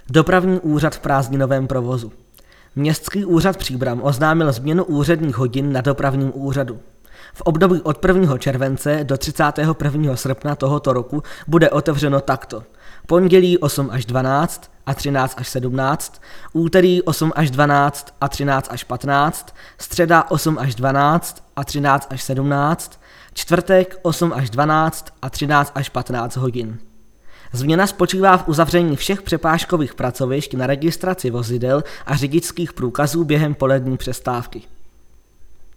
Dopravní úřad v prázdninovém provozu. Městský úřad Příbram oznámil změnu úředních hodin na dopravním úřadu. V období od 1. července do 31. srpna tohoto roku bude otevřeno takto: pondělí 8 až 12 a 13 až 17, úterý 8 až 12 a 13 až 15, středa 8 až 12 a 13 až 17, čtvrtek 8 až 12 a 13 až 15 hodin. Změna spočívá v uzavření všech přepážkových pracovišť na registraci vozidel a řidičských průkazů během polední přestávky.